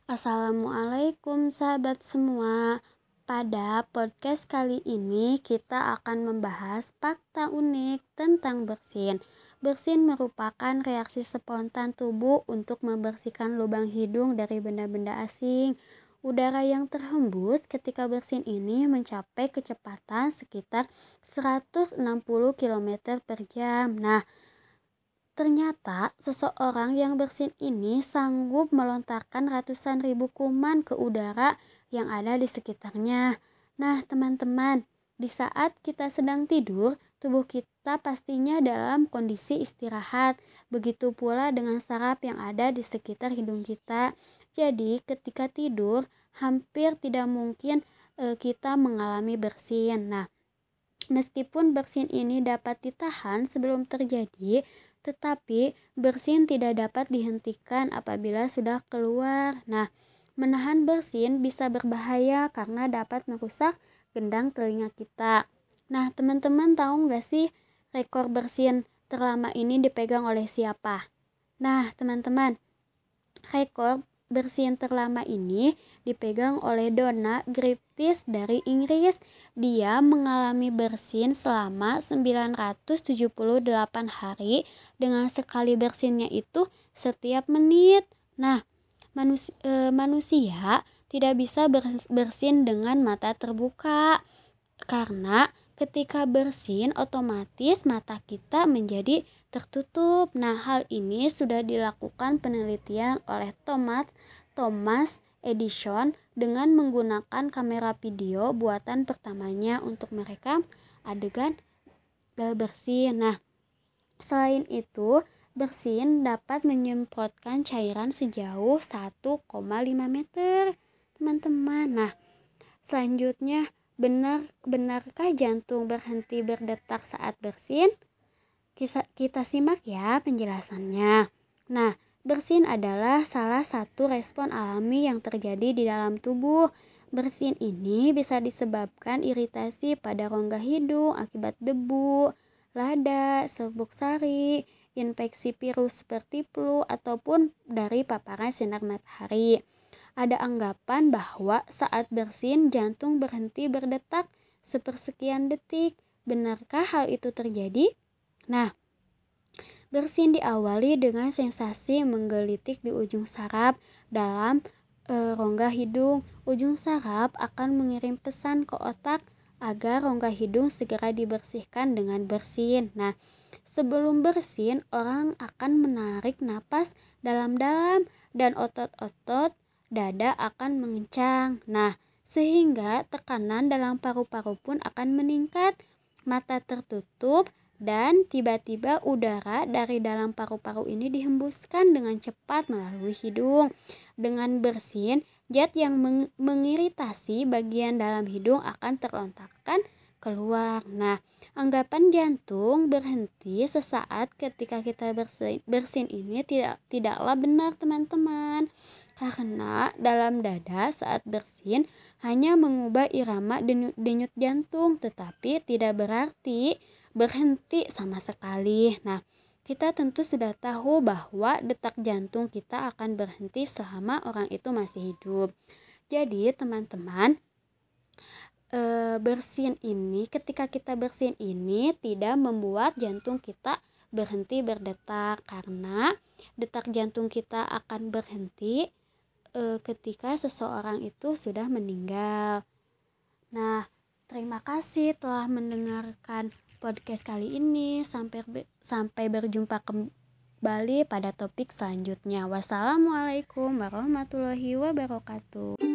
Assalamualaikum sahabat semua. Pada podcast kali ini kita akan membahas fakta unik tentang bersin. Bersin merupakan reaksi spontan tubuh untuk membersihkan lubang hidung dari benda-benda asing. Udara yang terhembus ketika bersin ini mencapai kecepatan sekitar 160 km per jam. Ternyata seseorang yang bersin ini sanggup melontarkan ratusan ribu kuman ke udara yang ada di sekitarnya. Nah, teman-teman, di saat kita sedang tidur, tubuh kita pastinya dalam kondisi istirahat. Begitu pula dengan saraf yang ada di sekitar hidung kita. Jadi, ketika tidur, hampir tidak mungkin kita mengalami bersin. Nah, meskipun bersin ini dapat ditahan sebelum terjadi, tetapi bersin tidak dapat dihentikan apabila sudah keluar. Nah, menahan bersin bisa berbahaya karena dapat merusak gendang telinga kita. Nah, teman-teman tahu nggak sih rekor bersin terlama ini dipegang oleh siapa? Nah, teman-teman, rekor bersin terlama ini dipegang oleh Donna Griffiths dari Inggris. Dia mengalami bersin selama 978 hari dengan sekali bersinnya itu setiap menit. Nah, manusia tidak bisa bersin dengan mata terbuka karena ketika bersin otomatis mata kita menjadi tertutup. Nah, hal ini sudah dilakukan penelitian oleh Thomas Edison dengan menggunakan kamera video buatan pertamanya untuk merekam adegan bersin. Nah, selain itu, bersin dapat menyemprotkan cairan sejauh 1,5 meter, teman-teman. Nah, selanjutnya, benarkah jantung berhenti berdetak saat bersin? Kita simak ya penjelasannya. Nah, bersin adalah salah satu respon alami yang terjadi di dalam tubuh. Bersin ini bisa disebabkan iritasi pada rongga hidung akibat debu, lada, serbuk sari, infeksi virus seperti flu, ataupun dari paparan sinar matahari. Ada anggapan bahwa saat bersin jantung berhenti berdetak sepersekian detik. Benarkah hal itu terjadi? Nah, bersin diawali dengan sensasi menggelitik di ujung saraf dalam rongga hidung. Ujung saraf akan mengirim pesan ke otak agar rongga hidung segera dibersihkan dengan bersin. Nah, sebelum bersin, orang akan menarik napas dalam-dalam dan otot-otot dada akan mengencang. Nah, sehingga tekanan dalam paru-paru pun akan meningkat, mata tertutup, dan tiba-tiba udara dari dalam paru-paru ini dihembuskan dengan cepat melalui hidung. Dengan bersin, zat yang mengiritasi bagian dalam hidung akan terlontarkan keluar. Nah, anggapan jantung berhenti sesaat ketika kita bersin ini tidaklah benar, teman-teman. Karena dalam dada saat bersin hanya mengubah irama denyut jantung, tetapi tidak berarti berhenti sama sekali. Nah, kita tentu sudah tahu bahwa detak jantung kita akan berhenti selama orang itu masih hidup. Jadi, teman-teman, ketika kita bersin ini tidak membuat jantung kita berhenti berdetak, karena detak jantung kita akan berhenti ketika seseorang itu sudah meninggal. Nah, terima kasih telah mendengarkan podcast kali ini. Sampai berjumpa kembali pada topik selanjutnya. Wassalamualaikum warahmatullahi wabarakatuh.